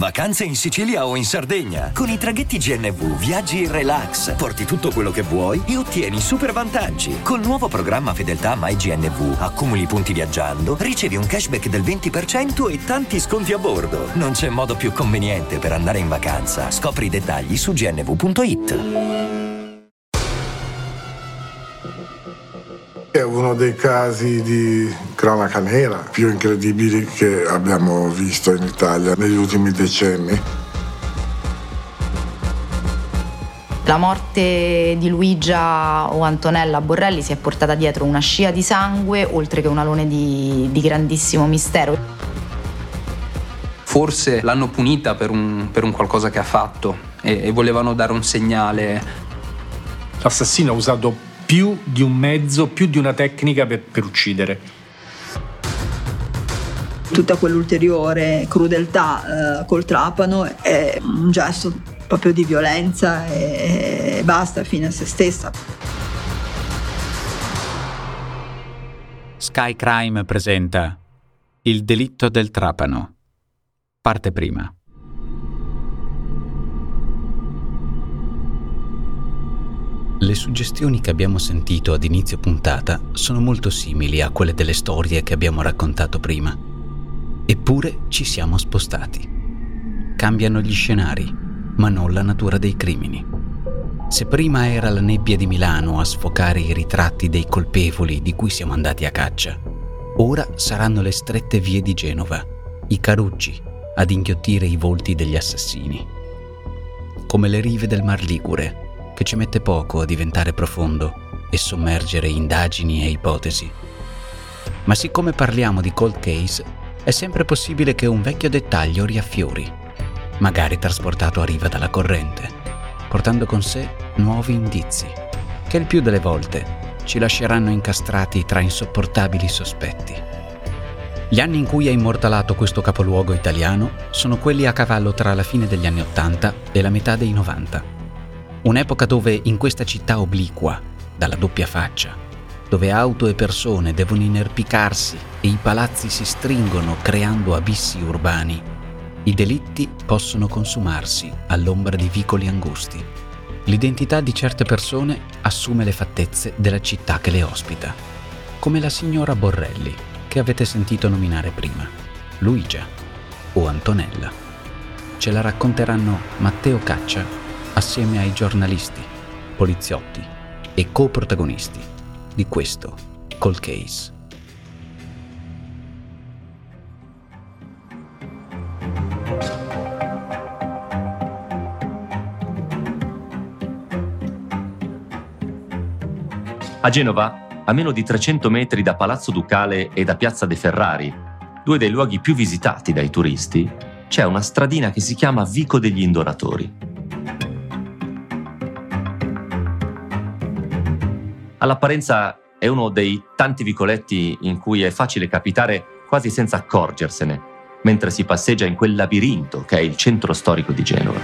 Vacanze in Sicilia o in Sardegna. Con i traghetti GNV viaggi in relax, porti tutto quello che vuoi e ottieni super vantaggi. Col nuovo programma Fedeltà MyGNV accumuli punti viaggiando, ricevi un cashback del 20% e tanti sconti a bordo. Non c'è modo più conveniente per andare in vacanza. Scopri i dettagli su gnv.it. È uno dei casi di cronaca nera più incredibili che abbiamo visto in Italia negli ultimi decenni. La morte di Luigia o Antonella Borrelli si è portata dietro una scia di sangue, oltre che un alone di grandissimo mistero. Forse l'hanno punita per un qualcosa che ha fatto e volevano dare un segnale. L'assassino ha usato più di un mezzo, più di una tecnica per uccidere. Tutta quell'ulteriore crudeltà col trapano è un gesto proprio di violenza e basta, fine a se stessa. Sky Crime presenta Il delitto del trapano. Parte prima. Le suggestioni che abbiamo sentito ad inizio puntata sono molto simili a quelle delle storie che abbiamo raccontato prima. Eppure ci siamo spostati. Cambiano gli scenari, ma non la natura dei crimini. Se prima era la nebbia di Milano a sfocare i ritratti dei colpevoli di cui siamo andati a caccia, ora saranno le strette vie di Genova, i caruggi, ad inghiottire i volti degli assassini. Come le rive del Mar Ligure, che ci mette poco a diventare profondo e sommergere indagini e ipotesi. Ma siccome parliamo di cold case, è sempre possibile che un vecchio dettaglio riaffiori, magari trasportato a riva dalla corrente, portando con sé nuovi indizi, che il più delle volte ci lasceranno incastrati tra insopportabili sospetti. Gli anni in cui è immortalato questo capoluogo italiano sono quelli a cavallo tra la fine degli anni '80 e la metà dei '90. Un'epoca dove in questa città obliqua, dalla doppia faccia, dove auto e persone devono inerpicarsi e i palazzi si stringono creando abissi urbani, i delitti possono consumarsi all'ombra di vicoli angusti. L'identità di certe persone assume le fattezze della città che le ospita, come la signora Borrelli, che avete sentito nominare prima, Luigia o Antonella. Ce la racconteranno Matteo Caccia assieme ai giornalisti, poliziotti e coprotagonisti di questo cold case. A Genova, a meno di 300 metri da Palazzo Ducale e da Piazza dei Ferrari, due dei luoghi più visitati dai turisti, c'è una stradina che si chiama Vico degli Indoratori. All'apparenza è uno dei tanti vicoletti in cui è facile capitare quasi senza accorgersene, mentre si passeggia in quel labirinto che è il centro storico di Genova.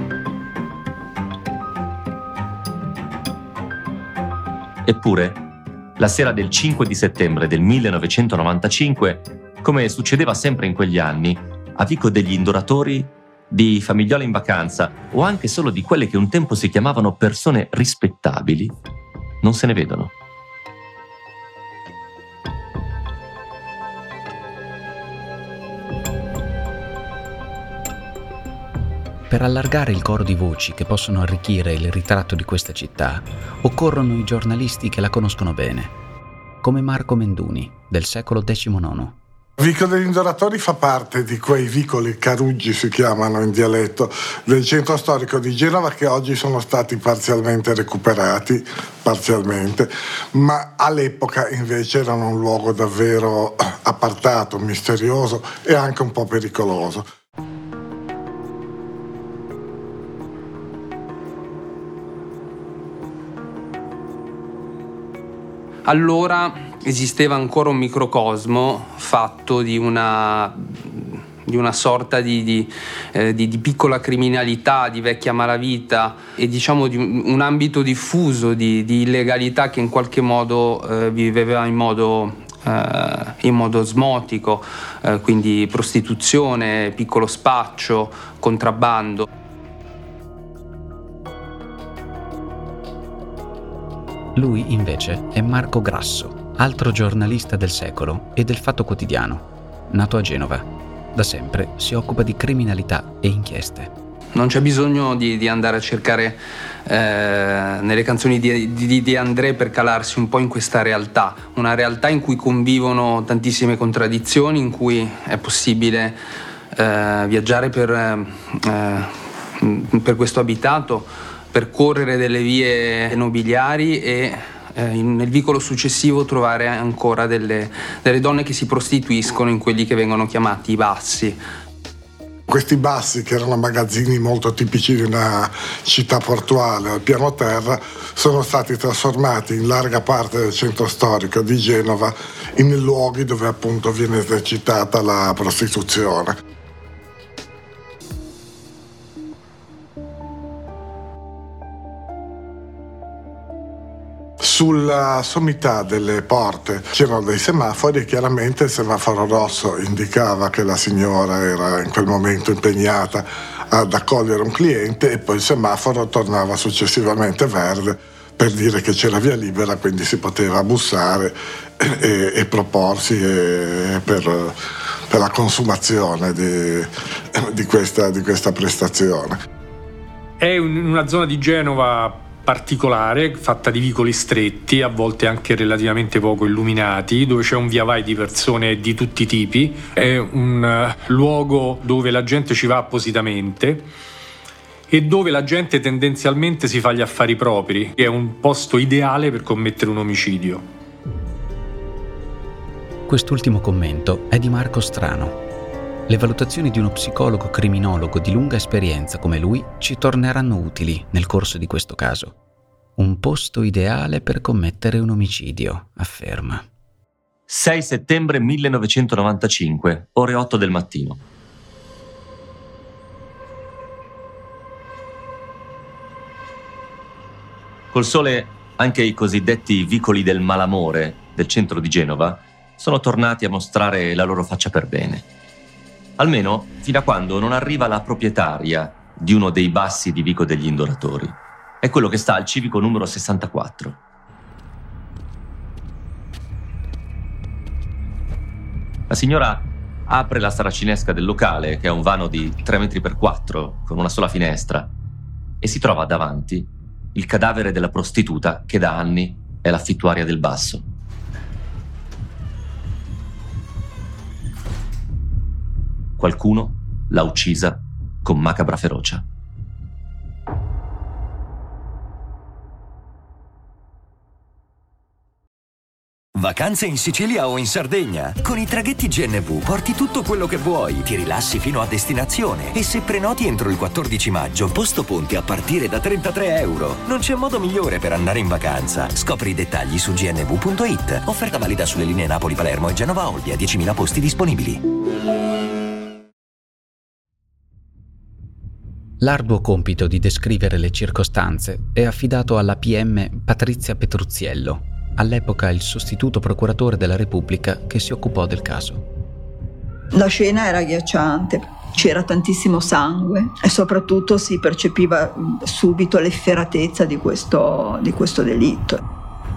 Eppure, la sera del 5 di settembre del 1995, come succedeva sempre in quegli anni, a Vico degli Indoratori, di famigliole in vacanza o anche solo di quelle che un tempo si chiamavano persone rispettabili, non se ne vedono. Per allargare il coro di voci che possono arricchire il ritratto di questa città, occorrono i giornalisti che la conoscono bene, come Marco Menduni, del secolo XIX. Vico degli Indoratori fa parte di quei vicoli, caruggi si chiamano in dialetto, del centro storico di Genova che oggi sono stati parzialmente recuperati, ma all'epoca invece erano un luogo davvero appartato, misterioso e anche un po' pericoloso. Allora esisteva ancora un microcosmo fatto di una sorta di piccola criminalità, di vecchia malavita e diciamo di un ambito diffuso di illegalità che in qualche modo viveva in modo in modo osmotico, quindi prostituzione, piccolo spaccio, contrabbando. Lui invece è Marco Grasso, altro giornalista del Secolo e del Fatto Quotidiano, nato a Genova. Da sempre si occupa di criminalità e inchieste. Non c'è bisogno di andare a cercare nelle canzoni di André per calarsi un po' in questa realtà, una realtà in cui convivono tantissime contraddizioni, in cui è possibile viaggiare per questo abitato, percorrere delle vie nobiliari e nel vicolo successivo trovare ancora delle donne che si prostituiscono in quelli che vengono chiamati i bassi. Questi bassi, che erano magazzini molto tipici di una città portuale al piano terra, sono stati trasformati in larga parte del centro storico di Genova in luoghi dove appunto viene esercitata la prostituzione. Sulla sommità delle porte c'erano dei semafori e chiaramente il semaforo rosso indicava che la signora era in quel momento impegnata ad accogliere un cliente e poi il semaforo tornava successivamente verde per dire che c'era via libera, quindi si poteva bussare e proporsi per la consumazione di questa prestazione. È una zona di Genova particolare, fatta di vicoli stretti, a volte anche relativamente poco illuminati, dove c'è un via vai di persone di tutti i tipi. È un luogo dove la gente ci va appositamente e dove la gente tendenzialmente si fa gli affari propri. È un posto ideale per commettere un omicidio. Quest'ultimo commento è di Marco Strano. Le valutazioni di uno psicologo criminologo di lunga esperienza come lui ci torneranno utili nel corso di questo caso. Un posto ideale per commettere un omicidio, afferma. 6 settembre 1995, ore 8 del mattino. Col sole, anche i cosiddetti vicoli del malamore del centro di Genova sono tornati a mostrare la loro faccia per bene. Almeno fino a quando non arriva la proprietaria di uno dei bassi di Vico degli Indoratori. È quello che sta al civico numero 64. La signora apre la saracinesca del locale, che è un vano di 3 metri per 4, con una sola finestra, e si trova davanti il cadavere della prostituta che da anni è l'affittuaria del basso. Qualcuno l'ha uccisa con macabra ferocia. Vacanze in Sicilia o in Sardegna? Con i traghetti GNV porti tutto quello che vuoi, ti rilassi fino a destinazione e se prenoti entro il 14 maggio, posto ponti a partire da €33. Non c'è modo migliore per andare in vacanza. Scopri i dettagli su gnv.it. Offerta valida sulle linee Napoli-Palermo e Genova-Olbia, 10.000 posti disponibili. L'arduo compito di descrivere le circostanze è affidato alla PM Patrizia Petruzziello, all'epoca il sostituto procuratore della Repubblica che si occupò del caso. La scena era agghiacciante, c'era tantissimo sangue e soprattutto si percepiva subito l'efferatezza di questo delitto.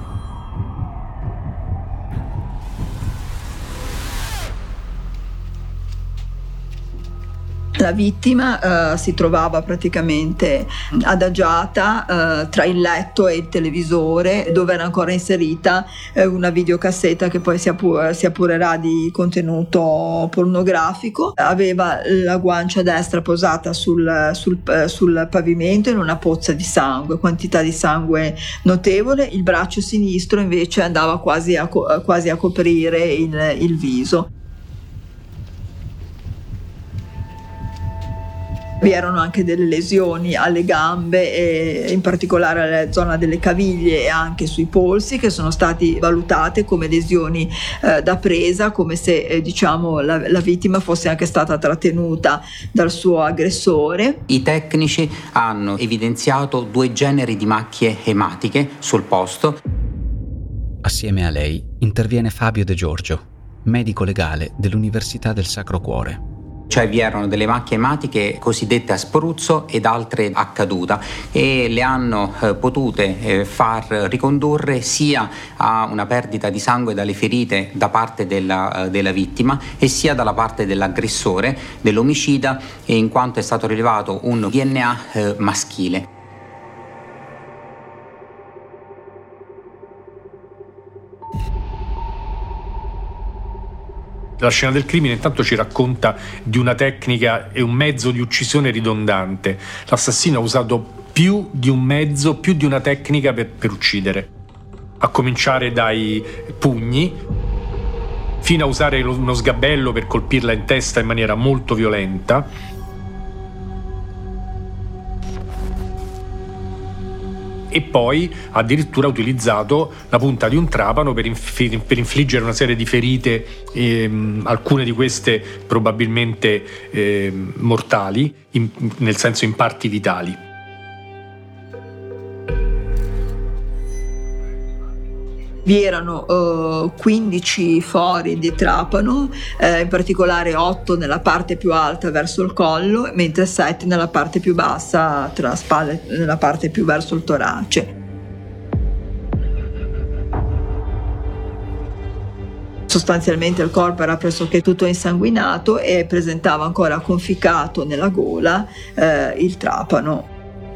La vittima si trovava praticamente adagiata tra il letto e il televisore, dove era ancora inserita una videocassetta che poi si appurerà di contenuto pornografico. Aveva la guancia destra posata sul pavimento in una pozza di sangue, quantità di sangue notevole. Il braccio sinistro invece andava quasi a coprire il viso. Vi erano anche delle lesioni alle gambe e in particolare alla zona delle caviglie e anche sui polsi, che sono stati valutate come lesioni da presa, come se la vittima fosse anche stata trattenuta dal suo aggressore. I tecnici hanno evidenziato 2 generi di macchie ematiche sul posto. assieme a lei, interviene Fabio De Giorgio, medico legale dell'Università del Sacro Cuore. Cioè vi erano delle macchie ematiche cosiddette a spruzzo ed altre a caduta e le hanno potute far ricondurre sia a una perdita di sangue dalle ferite da parte della vittima e sia dalla parte dell'aggressore, dell'omicida, in quanto è stato rilevato un DNA maschile. La scena del crimine intanto ci racconta di una tecnica e un mezzo di uccisione ridondante. L'assassino ha usato più di un mezzo, più di una tecnica per uccidere, a cominciare dai pugni fino a usare uno sgabello per colpirla in testa in maniera molto violenta. E poi addirittura ha utilizzato la punta di un trapano per infliggere una serie di ferite, alcune di queste probabilmente mortali, nel senso in parti vitali. Vi erano 15 fori di trapano, in particolare 8 nella parte più alta verso il collo, mentre 7 nella parte più bassa tra la spalla e nella parte più verso il torace. Sostanzialmente il corpo era pressoché tutto insanguinato e presentava ancora conficcato nella gola il trapano.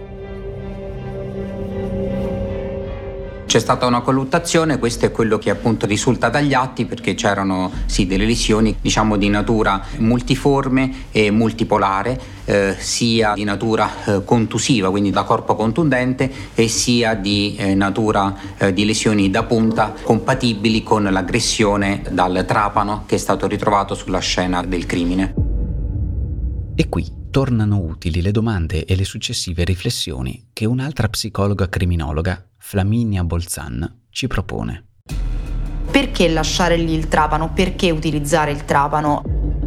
C'è stata una colluttazione, questo è quello che appunto risulta dagli atti, perché c'erano delle lesioni di natura multiforme e multipolare, sia di natura contusiva, quindi da corpo contundente, e sia di natura di lesioni da punta compatibili con l'aggressione dal trapano che è stato ritrovato sulla scena del crimine. E qui tornano utili le domande e le successive riflessioni che un'altra psicologa criminologa, Flaminia Bolzan, ci propone. Perché lasciare lì il trapano? Perché utilizzare il trapano?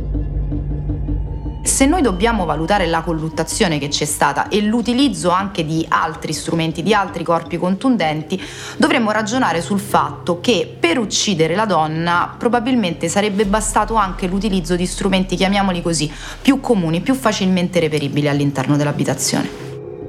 Se noi dobbiamo valutare la colluttazione che c'è stata e l'utilizzo anche di altri strumenti, di altri corpi contundenti, dovremmo ragionare sul fatto che per uccidere la donna probabilmente sarebbe bastato anche l'utilizzo di strumenti, chiamiamoli così, più comuni, più facilmente reperibili all'interno dell'abitazione.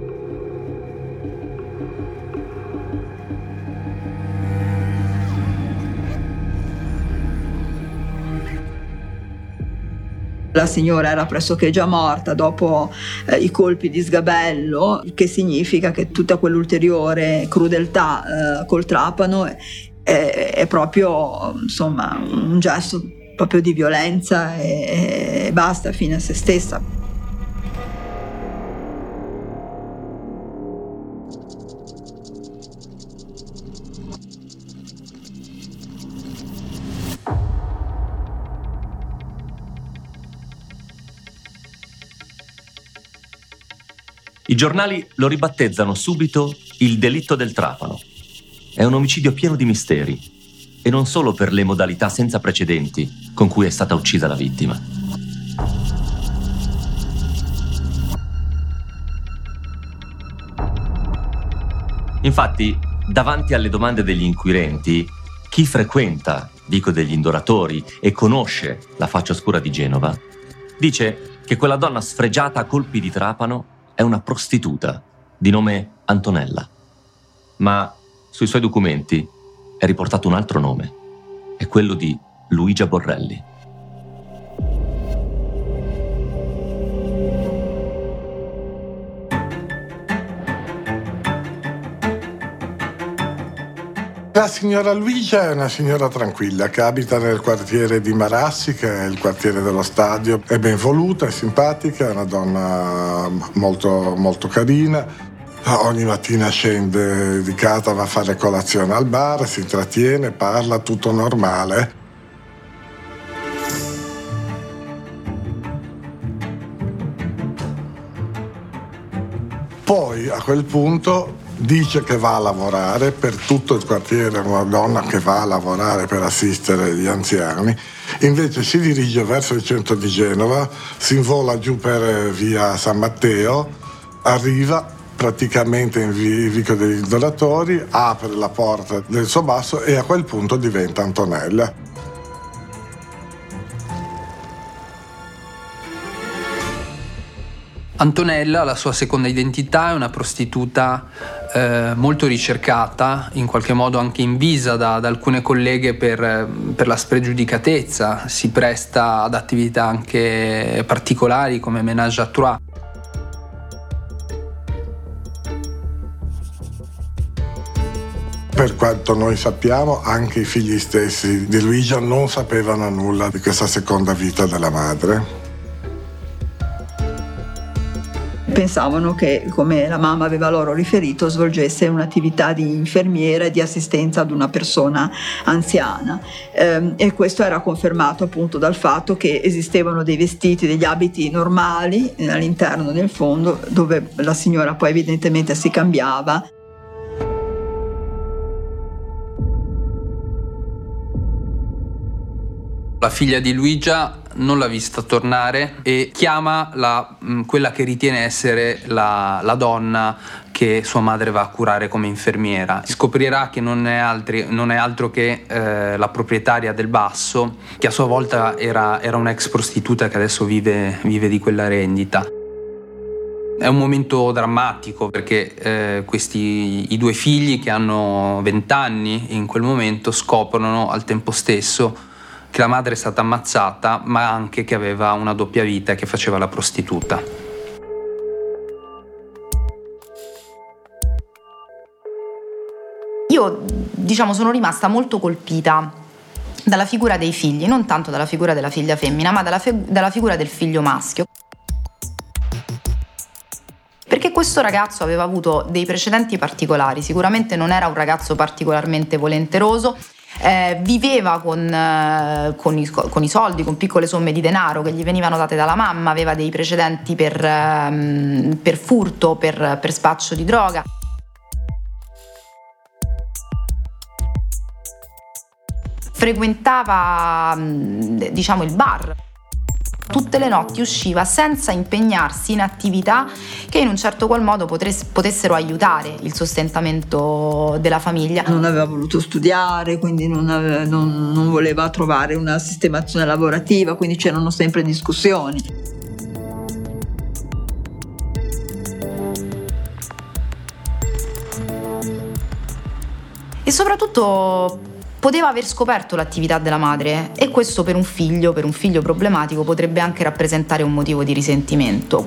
La signora era pressoché già morta dopo i colpi di sgabello, il che significa che tutta quell'ulteriore crudeltà col trapano è proprio un gesto proprio di violenza e basta, fine a se stessa. I giornali lo ribattezzano subito il delitto del trapano. È un omicidio pieno di misteri, e non solo per le modalità senza precedenti con cui è stata uccisa la vittima. Infatti, davanti alle domande degli inquirenti, chi frequenta Vico degli Indoratori e conosce la faccia oscura di Genova, dice che quella donna sfregiata a colpi di trapano è una prostituta di nome Antonella, ma sui suoi documenti è riportato un altro nome, è quello di Luigia Borrelli. La signora Luigia è una signora tranquilla che abita nel quartiere di Marassi, che è il quartiere dello stadio. È ben voluta, è simpatica, è una donna molto, molto carina. Ogni mattina scende di casa, va a fare colazione al bar, si intrattiene, parla, tutto normale. Poi a quel punto dice che va a lavorare per tutto il quartiere, una donna che va a lavorare per assistere gli anziani, invece si dirige verso il centro di Genova, si invola giù per via San Matteo, arriva, praticamente in Vico degli Indoratori, apre la porta del suo basso e a quel punto diventa Antonella. Antonella, la sua seconda identità, è una prostituta molto ricercata, in qualche modo anche invisa da alcune colleghe per la spregiudicatezza, si presta ad attività anche particolari come ménage à trois. Per quanto noi sappiamo, anche i figli stessi di Luigia non sapevano nulla di questa seconda vita della madre. Pensavano che, come la mamma aveva loro riferito, svolgesse un'attività di infermiera e di assistenza ad una persona anziana, e questo era confermato appunto dal fatto che esistevano dei vestiti, degli abiti normali all'interno del fondo, dove la signora poi evidentemente si cambiava. La figlia di Luigia non l'ha vista tornare e chiama quella che ritiene essere la donna che sua madre va a curare come infermiera. Scoprirà che non è altro che la proprietaria del basso, che a sua volta era un'ex prostituta che adesso vive di quella rendita. È un momento drammatico perché i due figli, che hanno 20 anni in quel momento, scoprono al tempo stesso che la madre è stata ammazzata, ma anche che aveva una doppia vita e che faceva la prostituta. Io, sono rimasta molto colpita dalla figura dei figli, non tanto dalla figura della figlia femmina, ma dalla figura del figlio maschio. Perché questo ragazzo aveva avuto dei precedenti particolari, sicuramente non era un ragazzo particolarmente volenteroso, viveva con i soldi, con piccole somme di denaro che gli venivano date dalla mamma, aveva dei precedenti per furto, per spaccio di droga. Frequentava, il bar. Tutte le notti usciva senza impegnarsi in attività che in un certo qual modo potessero aiutare il sostentamento della famiglia. Non aveva voluto studiare, quindi non voleva trovare una sistemazione lavorativa, quindi c'erano sempre discussioni. E soprattutto poteva aver scoperto l'attività della madre, e questo per un figlio problematico potrebbe anche rappresentare un motivo di risentimento.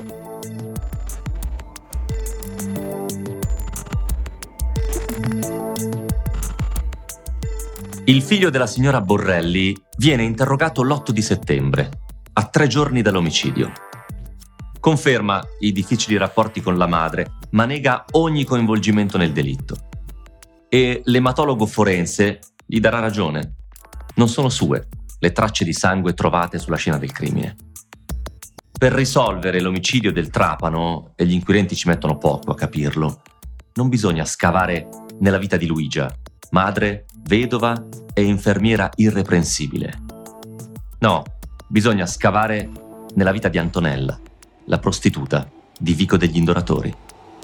Il figlio della signora Borrelli viene interrogato l'8 di settembre, a 3 giorni dall'omicidio. Conferma i difficili rapporti con la madre, ma nega ogni coinvolgimento nel delitto. E l'ematologo forense gli darà ragione. Non sono sue le tracce di sangue trovate sulla scena del crimine. Per risolvere l'omicidio del Trapano, e gli inquirenti ci mettono poco a capirlo, non bisogna scavare nella vita di Luigia, madre, vedova e infermiera irreprensibile. No, bisogna scavare nella vita di Antonella, la prostituta di Vico degli Indoratori.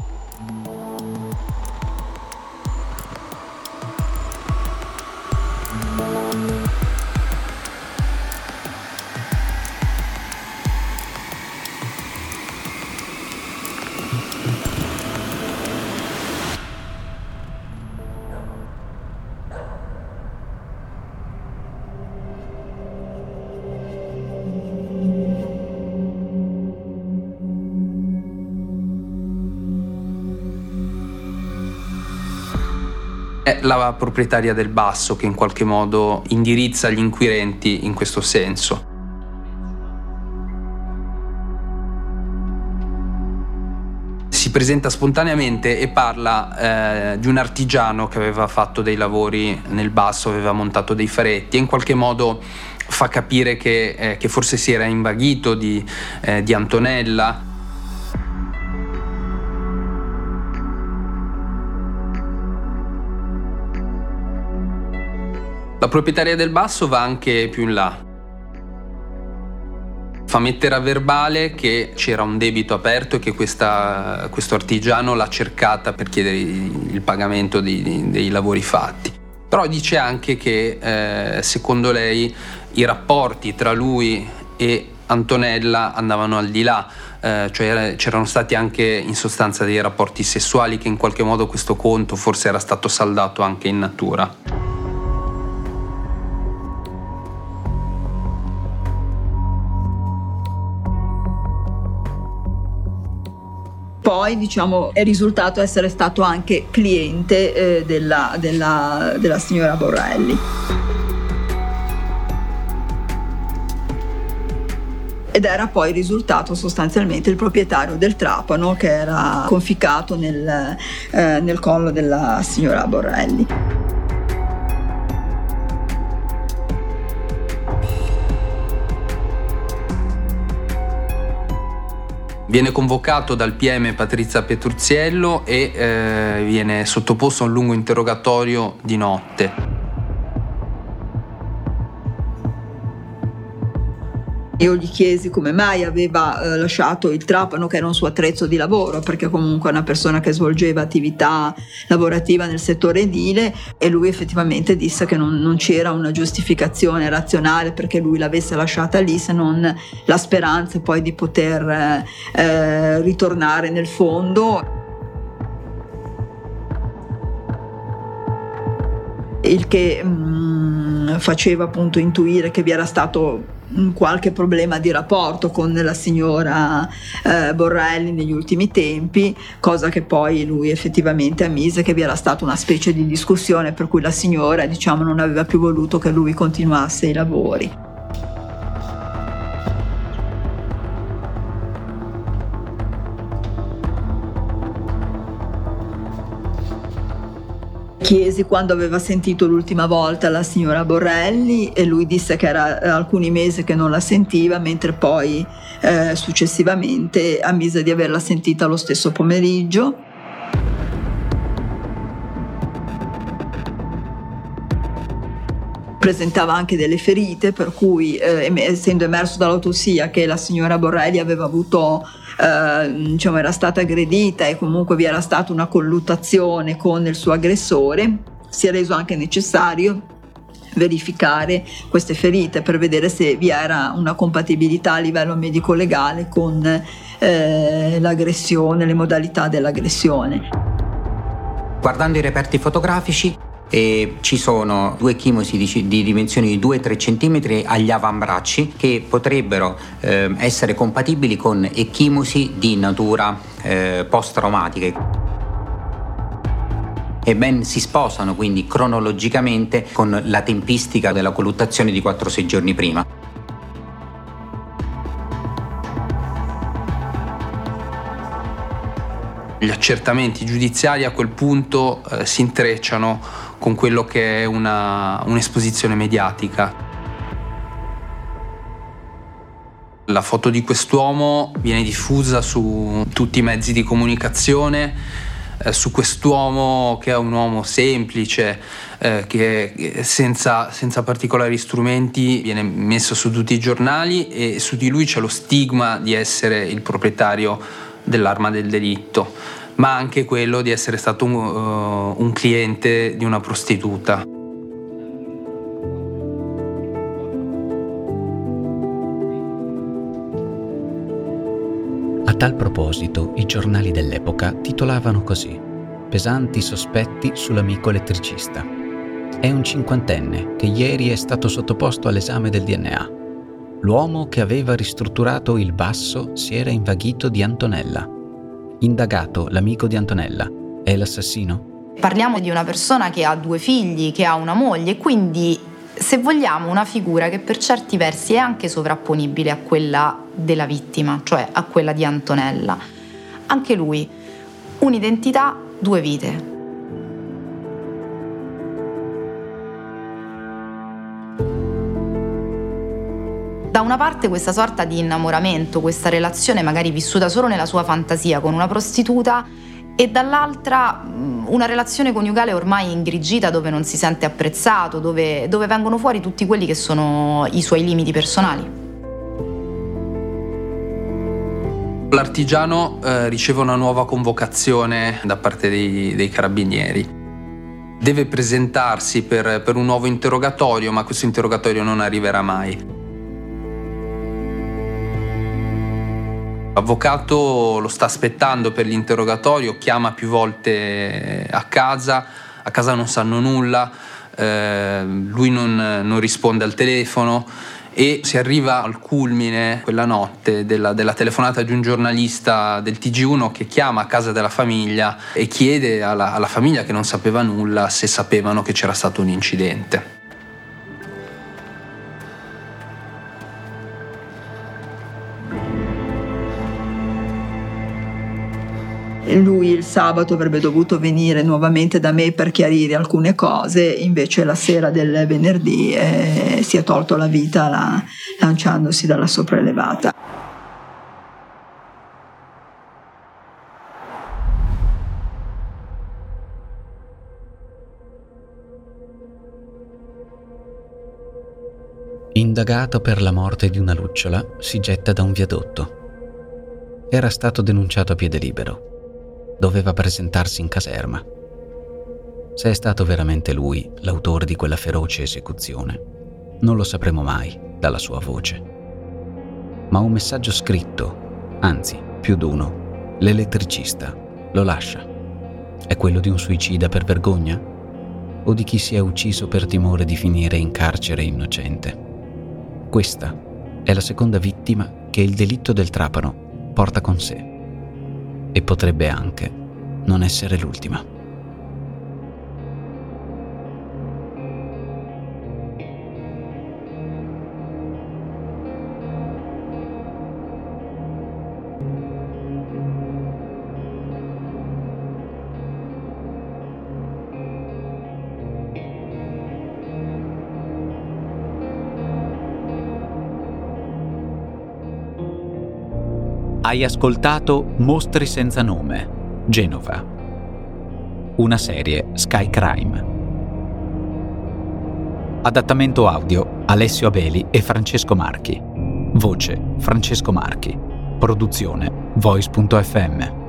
È la proprietaria del basso che in qualche modo indirizza gli inquirenti in questo senso. Si presenta spontaneamente e parla di un artigiano che aveva fatto dei lavori nel basso, aveva montato dei faretti, e in qualche modo fa capire che forse si era invaghito di Antonella. La proprietaria del basso va anche più in là. Fa mettere a verbale che c'era un debito aperto e che questo artigiano l'ha cercata per chiedere il pagamento dei lavori fatti. Però dice anche che secondo lei i rapporti tra lui e Antonella andavano al di là, cioè c'erano stati anche in sostanza dei rapporti sessuali, che in qualche modo questo conto forse era stato saldato anche in natura. Poi è risultato essere stato anche cliente della signora Borrelli. Ed era poi risultato sostanzialmente il proprietario del trapano che era conficcato nel collo della signora Borrelli. Viene convocato dal PM Patrizia Petruzziello e viene sottoposto a un lungo interrogatorio di notte. Io gli chiesi come mai aveva lasciato il trapano, che era un suo attrezzo di lavoro, perché comunque è una persona che svolgeva attività lavorativa nel settore edile, e lui effettivamente disse che non c'era una giustificazione razionale perché lui l'avesse lasciata lì, se non la speranza poi di poter ritornare nel fondo. Il che faceva appunto intuire che vi era stato qualche problema di rapporto con la signora Borrelli negli ultimi tempi, cosa che poi lui effettivamente ammise, che vi era stata una specie di discussione per cui la signora non aveva più voluto che lui continuasse i lavori. Chiesi quando aveva sentito l'ultima volta la signora Borrelli e lui disse che era alcuni mesi che non la sentiva, mentre poi successivamente ammise di averla sentita lo stesso pomeriggio. Presentava anche delle ferite, per cui essendo emerso dall'autopsia che la signora Borrelli aveva avuto era stata aggredita e comunque vi era stata una colluttazione con il suo aggressore, si è reso anche necessario verificare queste ferite per vedere se vi era una compatibilità a livello medico-legale con l'aggressione, le modalità dell'aggressione. Guardando i reperti fotografici, ci sono due chimosi di dimensioni di 2-3 cm agli avambracci che potrebbero essere compatibili con ecchimosi di natura post-traumatiche e ben si sposano quindi cronologicamente con la tempistica della colluttazione di 4-6 giorni prima. Gli accertamenti giudiziari a quel punto si intrecciano con quello che è un'esposizione mediatica. La foto di quest'uomo viene diffusa su tutti i mezzi di comunicazione, su quest'uomo che è un uomo semplice, che senza particolari strumenti viene messo su tutti i giornali, e su di lui c'è lo stigma di essere il proprietario dell'arma del delitto, ma anche quello di essere stato un cliente di una prostituta. A tal proposito, i giornali dell'epoca titolavano così: pesanti sospetti sull'amico elettricista. È un 50enne che ieri è stato sottoposto all'esame del DNA. L'uomo che aveva ristrutturato il basso si era invaghito di Antonella. Indagato l'amico di Antonella. È l'assassino? Parliamo di una persona che ha 2 figli, che ha una moglie, quindi se vogliamo una figura che per certi versi è anche sovrapponibile a quella della vittima, cioè a quella di Antonella. Anche lui, un'identità, 2 vite. Da una parte questa sorta di innamoramento, questa relazione magari vissuta solo nella sua fantasia con una prostituta, e dall'altra una relazione coniugale ormai ingrigita, dove non si sente apprezzato, dove vengono fuori tutti quelli che sono i suoi limiti personali. L'artigiano riceve una nuova convocazione da parte dei carabinieri. Deve presentarsi per un nuovo interrogatorio, ma questo interrogatorio non arriverà mai. L'avvocato lo sta aspettando per l'interrogatorio, chiama più volte a casa non sanno nulla, lui non risponde al telefono e si arriva al culmine quella notte della telefonata di un giornalista del TG1 che chiama a casa della famiglia e chiede alla famiglia, che non sapeva nulla, se sapevano che c'era stato un incidente. Lui il sabato avrebbe dovuto venire nuovamente da me per chiarire alcune cose, invece la sera del venerdì si è tolto la vita lanciandosi dalla sopraelevata. Indagato per la morte di una lucciola, si getta da un viadotto. Era stato denunciato a piede libero. Doveva presentarsi in caserma. Se è stato veramente lui l'autore di quella feroce esecuzione, non lo sapremo mai dalla sua voce. Ma un messaggio scritto, anzi, più d'uno, l'elettricista, lo lascia. È quello di un suicida per vergogna? O di chi si è ucciso per timore di finire in carcere innocente? Questa è la seconda vittima che il delitto del Trapano porta con sé. E potrebbe anche non essere l'ultima. Hai ascoltato Mostri senza nome, Genova. Una serie Sky Crime. Adattamento audio Alessio Abeli e Francesco Marchi. Voce Francesco Marchi. Produzione Voice.fm.